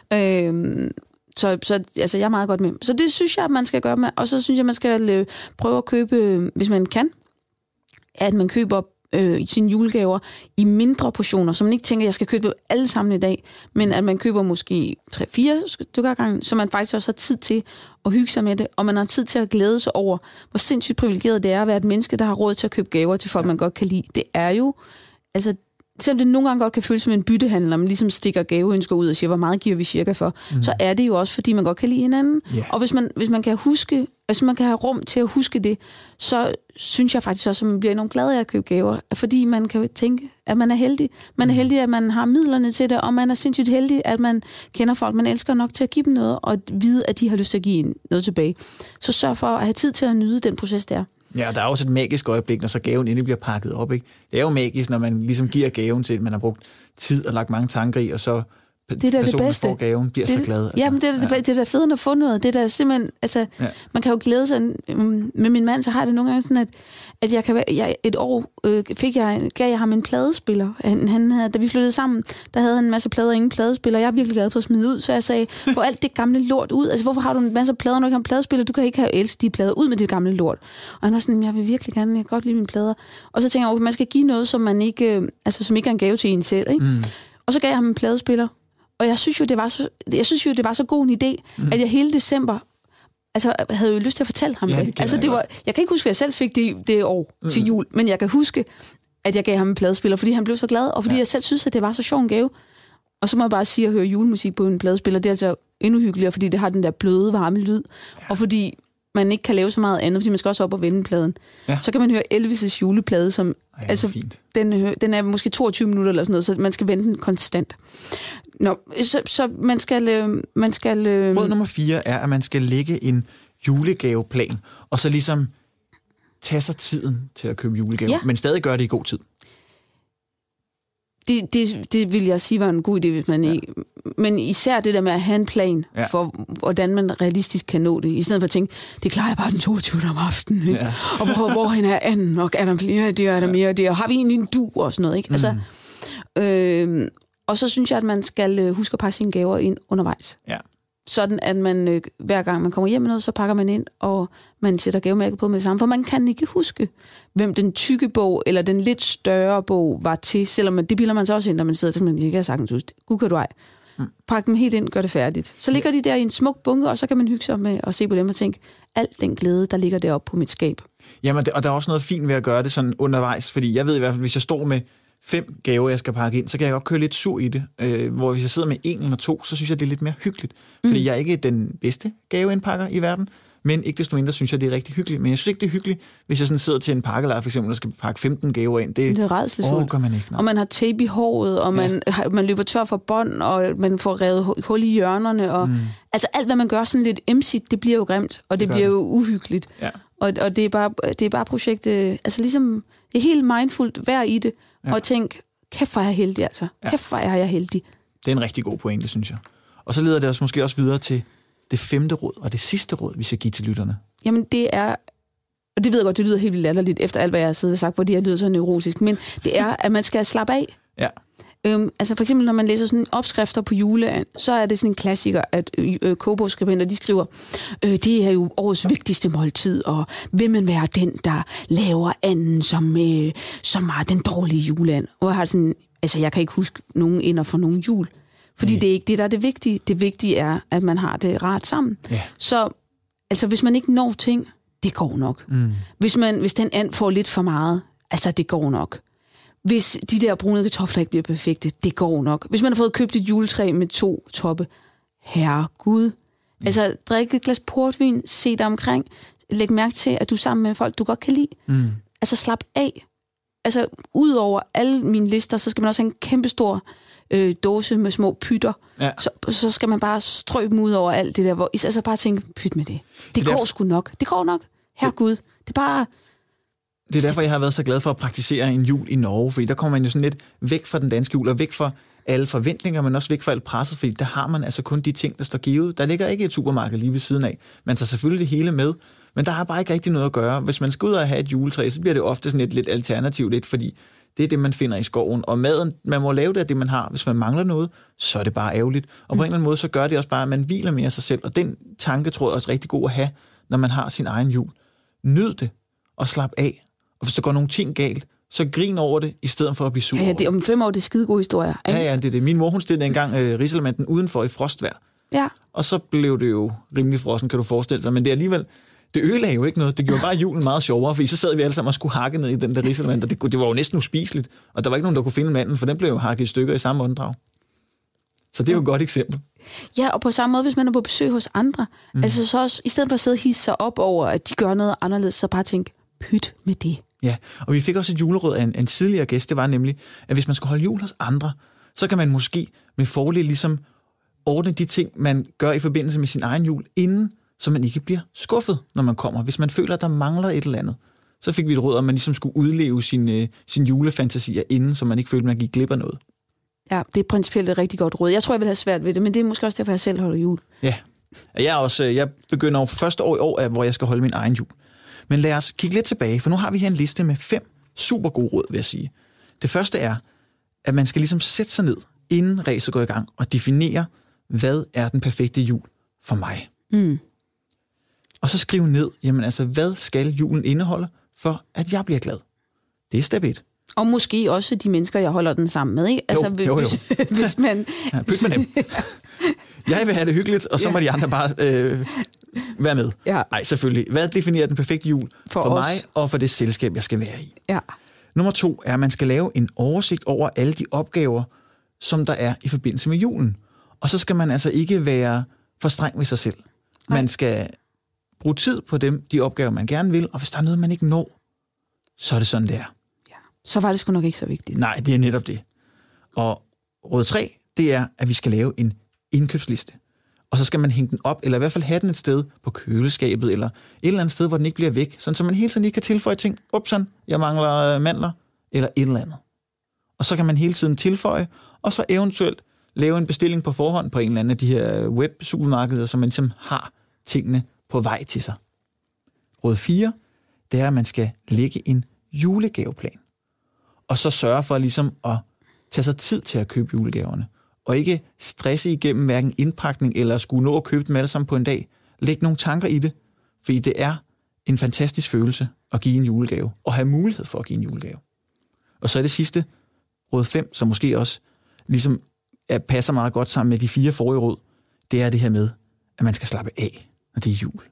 Så altså, jeg er meget godt med. Så det synes jeg, at man skal gøre med. Og så synes jeg, man skal prøve at købe, hvis man kan, at man køber sine julegaver i mindre portioner, så man ikke tænker, at jeg skal købe alle sammen i dag, men at man køber måske 3-4 stykker ad gangen, så man faktisk også har tid til at hygge sig med det, og man har tid til at glæde sig over, hvor sindssygt privilegeret det er at være et menneske, der har råd til at købe gaver til folk, man godt kan lide. Det er jo, altså, selvom det nogle gange godt kan føles som en byttehandel, og man ligesom stikker gaveønsker ud og siger, hvor meget giver vi cirka for, så er det jo også, fordi man godt kan lide hinanden. Yeah. Og hvis man kan huske, altså man kan have rum til at huske det, så synes jeg faktisk også, at man bliver enormt glad af at købe gaver, fordi man kan jo tænke, at man er heldig. Man er heldig, at man har midlerne til det, og man er sindssygt heldig, at man kender folk, man elsker nok til at give dem noget, og vide, at de har lyst til at give noget tilbage. Så sørg for at have tid til at nyde den proces, der. Ja, der er også et magisk øjeblik, når så gaven endelig bliver pakket op, ikke? Det er jo magisk, når man ligesom giver gaven til, at man har brugt tid og lagt mange tanker i, og så det er personen, det bedste. får gaven, bliver så glad. Altså. Ja, men det er da fedt at få noget. Det er da simpelthen, altså, man kan jo glæde sig. Med min mand, så har det nogle gange sådan, at jeg kan et år gav jeg ham en pladespiller. Han havde, da vi flyttede sammen, der havde han en masse plader og ingen pladespiller. Jeg er virkelig glad for at smide ud, så jeg sagde, få alt det gamle lort ud. Altså, hvorfor har du en masse plader, når du ikke har en pladespiller? Du kan ikke have elsket de plader ud med det gamle lort. Og han var sådan, jeg vil virkelig gerne, jeg kan godt lide mine plader. Og så tænker jeg, okay, man skal give noget, som man ikke, som ikke er en gave til en selv, ikke? Og så gav jeg ham en pladespiller. Og jeg synes jo, det var så god en idé, at jeg hele december havde jo lyst til at fortælle ham det. Altså, jeg kan ikke huske, at jeg selv fik det år til jul, men jeg kan huske, at jeg gav ham en pladespiller, fordi han blev så glad, og fordi jeg selv synes, at det var så sjov en gave. Og så må jeg bare sige, at høre julemusik på en pladespiller, det er altså endnu hyggeligere, fordi det har den der bløde, varme lyd, og fordi man ikke kan lave så meget andet, fordi man skal også op og vende pladen. Ja. Så kan man høre Elvis' juleplade, som den er måske 22 minutter eller sådan noget, så man skal vende den konstant. Så man skal Råd nummer 4 er, at man skal lægge en julegaveplan, og så ligesom tage sig tiden til at købe julegaver, men stadig gøre det i god tid. Det vil jeg sige var en god idé, hvis man ikke... Men især det der med at have en plan for, hvordan man realistisk kan nå det. I stedet for at tænke, det klarer jeg bare den 22. om aftenen. Ikke? Ja. Og hvorhen er anden? Og er der flere af det, og er der mere af det? Og har vi egentlig en du og sådan noget? Ikke? Altså, og så synes jeg, at man skal huske at pakke sine gaver ind undervejs. Ja. sådan, at man hver gang man kommer hjem med noget, så pakker man ind, og man sætter gavemærket på med det samme, for man kan ikke huske, hvem den tykke bog, eller den lidt større bog var til, selvom det bilder man så også ind, når man sidder til, man ikke har sagtens huske. Gud kan du ej. Pak dem helt ind, gør det færdigt. Så ligger de der i en smuk bunke, og så kan man hygge sig med at se på dem og tænke, alt den glæde, der ligger deroppe på mit skab. Jamen, og der er også noget fint ved at gøre det sådan undervejs, fordi jeg ved i hvert fald, hvis jeg står med 5 gaver, jeg skal pakke ind, så kan jeg godt køre lidt sur i det. Hvor hvis jeg sidder med 1 eller 2, så synes jeg, det er lidt mere hyggeligt. Fordi jeg er ikke den bedste gaveindpakker i verden, men ikke desto mindre synes jeg, det er rigtig hyggeligt. Men jeg synes ikke, det er hyggeligt, hvis jeg sådan sidder til en pakkelejr, for eksempel, og skal pakke 15 gaver ind. Det er rædselsfuldt. Gør man ikke. Og man har tape i håret, og man løber tør for bånd, og man får revet hul i hjørnerne. Og, altså alt, hvad man gør sådan lidt emsigt, det bliver jo grimt, og det bliver jo uhyggeligt. Ja. Og det er bare projektet, altså ligesom, det er helt mindfuldt, vær i det, og tænk, kæft hvor er jeg heldig, altså. Kæft hvor er jeg heldig. Det er en rigtig god pointe, synes jeg. Og så leder det os måske også videre til det 5. råd, og det sidste råd, vi skal give til lytterne. Jamen det er, og det ved jeg godt, det lyder helt vildt latterligt, efter alt, hvad jeg har siddet og sagt, fordi jeg lyder så neurotisk, men det er, at man skal slappe af. Ja. Altså for eksempel, når man læser sådan opskrifter på juleand, så er det sådan en klassiker, at kogebogsskribenter, de skriver, det er jo årets vigtigste måltid, og vil man være den, der laver anden, som har den dårlige juleand? Og jeg har sådan, altså jeg kan ikke huske nogen ender for nogen jul, fordi det er ikke det, der er det vigtige. Det vigtige er, at man har det rart sammen. Yeah. Så altså, hvis man ikke når ting, det går nok. Hvis den and får lidt for meget, altså det går nok. Hvis de der brune kartofler ikke bliver perfekte, det går nok. Hvis man har fået købt et juletræ med 2 toppe, herregud. Altså, drik et glas portvin, se dig omkring, læg mærke til, at du er sammen med folk, du godt kan lide. Altså, slap af. Altså, ud over alle mine lister, så skal man også have en kæmpestor dåse med små pytter. Ja. Så skal man bare strø dem ud over alt det der, hvor altså bare tænke, pyt med det. Det går sgu nok. Det går nok. Herregud. Det er bare... Det er derfor, jeg har været så glad for at praktisere en jul i Norge, fordi der kommer man jo sådan lidt væk fra den danske jul, og væk fra alle forventninger, men også væk fra alt presset, fordi der har man altså kun de ting, der står givet. Der ligger ikke et supermarked lige ved siden af. Man tager selvfølgelig det hele med, men der har bare ikke rigtig noget at gøre. Hvis man skal ud og have et juletræ, så bliver det ofte sådan et lidt alternativ lidt, fordi det er det, man finder i skoven. Og maden, man må lave det af det, man har. Hvis man mangler noget, så er det bare ærgerligt. Og på en eller anden måde, så gør det også bare, at man hviler mere af sig selv. Og den tanke, tror jeg også er rigtig god at have, når man har sin egen jul. Nyd det, og slap af. Og hvis der går nogle ting galt, så grin over det, i stedet for at blive sur. Ja, det, om 5 år, det er skide gode historier. Ikke? Ja, det er det. Min mor, hun stillede engang ridsalermanden udenfor i frostvejr. Ja. Og så blev det jo rimelig frossen, kan du forestille sig. Men det alligevel, det ødelagde jo ikke noget. Det gjorde bare julen meget sjovere, fordi så sad vi alle sammen og skulle hakke ned i den der ridsalermand, og det var jo næsten uspiseligt. Og der var ikke nogen, der kunne finde manden, for den blev jo hakket i stykker i samme åndedrag. Så det er jo et godt eksempel. Ja, og på samme måde, hvis man er på besøg hos andre, altså så også, i stedet for at sidde og hisse sig op over, at de gør noget anderledes, så bare tænk, pyt med det. Ja, og vi fik også et juleråd af en tidligere gæst. Det var nemlig, at hvis man skal holde jul hos andre, så kan man måske med fordel ligesom ordne de ting, man gør i forbindelse med sin egen jul, inden, så man ikke bliver skuffet, når man kommer. Hvis man føler, at der mangler et eller andet, så fik vi et råd, at man ligesom skulle udleve sin julefantasier inden, så man ikke følte, at man gik glip af noget. Ja, det er principielt et rigtig godt råd. Jeg tror, jeg vil have svært ved det, men det er måske også derfor, jeg selv holder jul. Ja, jeg begynder jo første år i år, hvor jeg skal holde min egen jul. Men lad os kigge lidt tilbage, for nu har vi her en liste med 5 super gode råd, vil jeg sige. Det første er, at man skal ligesom sætte sig ned, inden ræset går i gang, og definere, hvad er den perfekte jul for mig. Og så skrive ned, jamen altså, hvad skal julen indeholde, for at jeg bliver glad? Det er step 1. Og måske også de mennesker, jeg holder den sammen med, ikke? Altså, jo. Hvis man... Ja, pyt med dem. Jeg vil have det hyggeligt, og så må de andre bare være med. Ja. Nej, selvfølgelig. Hvad definerer den perfekte jul for mig og for det selskab, jeg skal være i? Ja. Nummer 2 er, at man skal lave en oversigt over alle de opgaver, som der er i forbindelse med julen. Og så skal man altså ikke være for streng ved sig selv. Man skal bruge tid på de opgaver, man gerne vil, og hvis der er noget, man ikke når, så er det sådan, det er. Ja. Så var det sgu nok ikke så vigtigt. Nej, det er netop det. Og råd 3, det er, at vi skal lave en indkøbsliste. Og så skal man hænge den op, eller i hvert fald have den et sted på køleskabet, eller et eller andet sted, hvor den ikke bliver væk, sådan så man hele tiden ikke kan tilføje ting. Upsen, jeg mangler mandler, eller et eller andet. Og så kan man hele tiden tilføje, og så eventuelt lave en bestilling på forhånd på en eller anden af de her web-supermarkeder, så man ligesom har tingene på vej til sig. Råd 4, det er, at man skal lægge en julegaveplan. Og så sørge for ligesom at tage sig tid til at købe julegaverne. og ikke stresse igennem hverken indpakning eller skulle nå at købe dem alle sammen på en dag. Læg nogle tanker i det, fordi det er en fantastisk følelse at give en julegave, og have mulighed for at give en julegave. Og så er det sidste, råd 5, som måske også ligesom passer meget godt sammen med de 4 forrige råd, det er det her med, at man skal slappe af, når det er jul.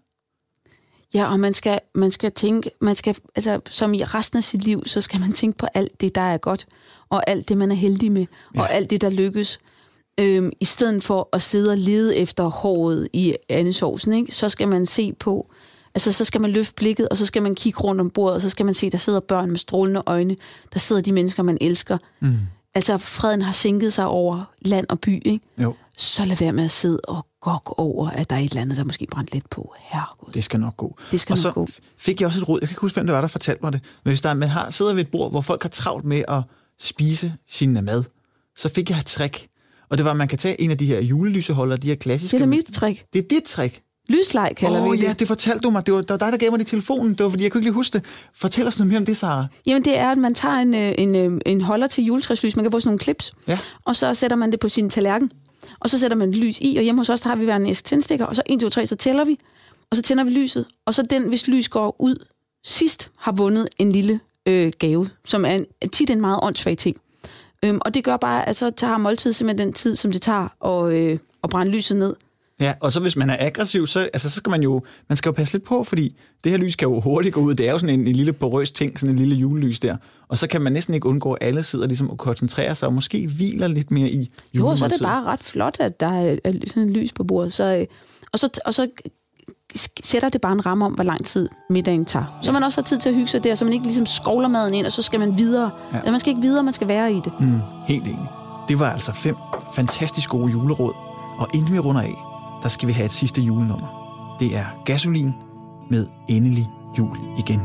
Ja, og man skal tænke, altså som i resten af sit liv, så skal man tænke på alt det, der er godt, og alt det, man er heldig med, og alt det, der lykkes. I stedet for at sidde og lede efter håret i andesovsen, ikke? Så skal man se på, altså så skal man løfte blikket, og så skal man kigge rundt om bordet, og så skal man se, der sidder børn med strålende øjne, der sidder de mennesker, man elsker. Altså freden har sænket sig over land og by, ikke? Jo. Så lad være med at sidde og gok over, at der er et eller andet, der måske brændt lidt på. Herregud. Det skal nok gå. Det skal og nok så gå. Fik jeg også et råd. Jeg kan ikke huske, hvem det var, der fortalte mig det. Men hvis man sidder ved et bord, hvor folk har travlt med at spise sin mad, så fik jeg et trick. Og det var, at man kan tage en af de her julelyseholder, de her klassiske... Det er mit trick. Det er dit trick. Lysleg kalder vi det. Ja, det fortalte du mig. Det var dig, der gav mig det i telefonen. Det var, fordi jeg kunne ikke lige huske det. Fortæl os noget mere om det, Sara. Jamen, det er, at man tager en holder til juletræslys. Man kan få sådan nogle clips. Ja. Og så sætter man det på sin tallerken. Og så sætter man lys i. Og hjemme hos os, der har vi hver en æske tændstikker. Og så 1, 2, 3, så tæller vi. Og så tænder vi lyset. Og så den, hvis lys går ud sidst, har vundet en lille gave. Som er tit en meget åndssvag ting. Og det gør bare, at så tager måltid simpelthen den tid, som det tager at brænde lyset ned. Ja, og så hvis man er aggressiv, så skal man skal jo passe lidt på, fordi det her lys kan jo hurtigt gå ud. Det er jo sådan en lille porøs ting, sådan en lille julelys der. Og så kan man næsten ikke undgå, at alle sidder ligesom og koncentrerer sig, og måske hviler lidt mere i julemåltid. Jo, så er det bare ret flot, at der er sådan en lys på bordet. Og så sætter det bare en ramme om, hvor lang tid middagen tager. Så man også har tid til at hygge sig der, så man ikke ligesom skovler maden ind, og så skal man videre. Ja. Altså, man skal ikke videre, man skal være i det. Helt enig. Det var altså 5 fantastisk gode juleråd. Og inden vi runder af, der skal vi have et sidste julenummer. Det er Gasolin med Endelig jul igen.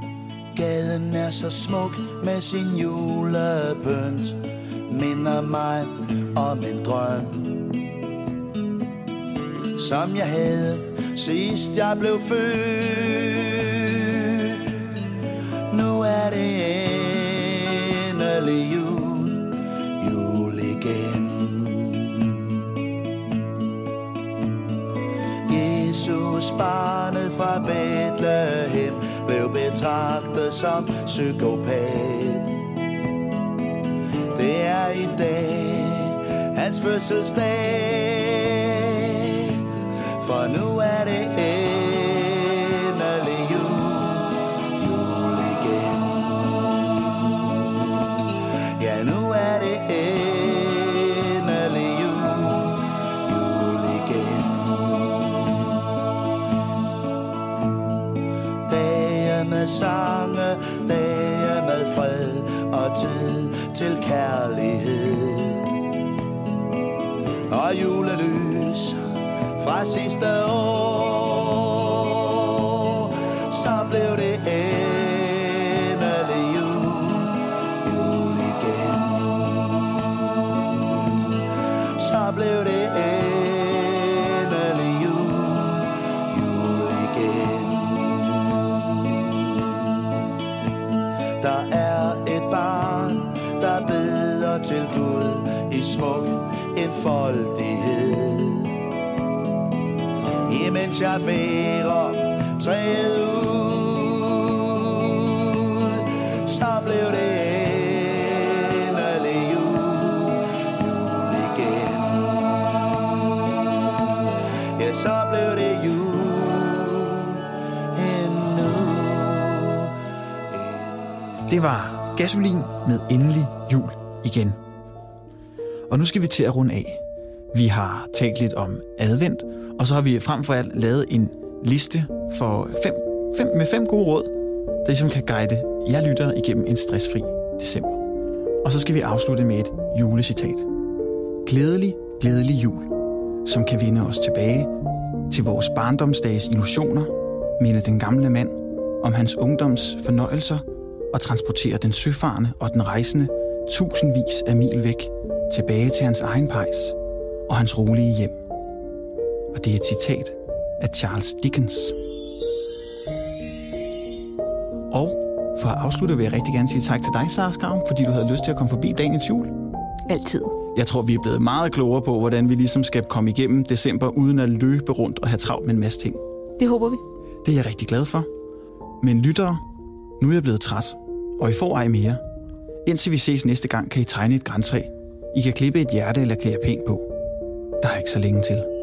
Gaden er så smuk med sin julepynt, minder mig om en drøm, som jeg havde sidst jeg blev født. Nu er det endelig jul igen. Jesus, barnet fra Bethlehem, blev betragtet som psykopat. Det er i dag hans fødselsdag, for nu er det endelig jul igen. Ja, nu er det endelig jul igen. Dage med sange, dage med fred og tid til kærlighed og julelys fra sidste år. Så blev det endelig jul igen. Så blev det endelig jul igen. Der er et barn, der beder til Gud i smuk enfoldighed. Imens jeg bærer træet ud, så blev det endelig jul igen. Ja, så blev det jul endnu. Det var Gasolin med Endelig jul igen. Og nu skal vi til at runde af. Vi har talt lidt om advent, og så har vi frem for alt lavet en liste for 5 gode råd, der ligesom kan guide jer lyttere igennem en stressfri december. Og så skal vi afslutte med et julecitat. Glædelig, glædelig jul, som kan vinde os tilbage til vores barndomsdages illusioner, minde den gamle mand om hans ungdoms fornøjelser og transportere den søfarende og den rejsende tusindvis af mil væk tilbage til hans egen pejs og hans rolige hjem. Og det er et citat af Charles Dickens. Og for at afslutte vil jeg rigtig gerne sige tak til dig, Sara Skarum, fordi du havde lyst til at komme forbi dagens jul. Altid. Jeg tror, vi er blevet meget klogere på, hvordan vi ligesom skal komme igennem december, uden at løbe rundt og have travlt med en masse ting. Det håber vi. Det er jeg rigtig glad for. Men lyttere, nu er jeg blevet træt, og I får ej mere. Indtil vi ses næste gang, kan I tegne et grantræ. I kan klippe et hjerte eller klæde pænt på. Der er ikke så længe til.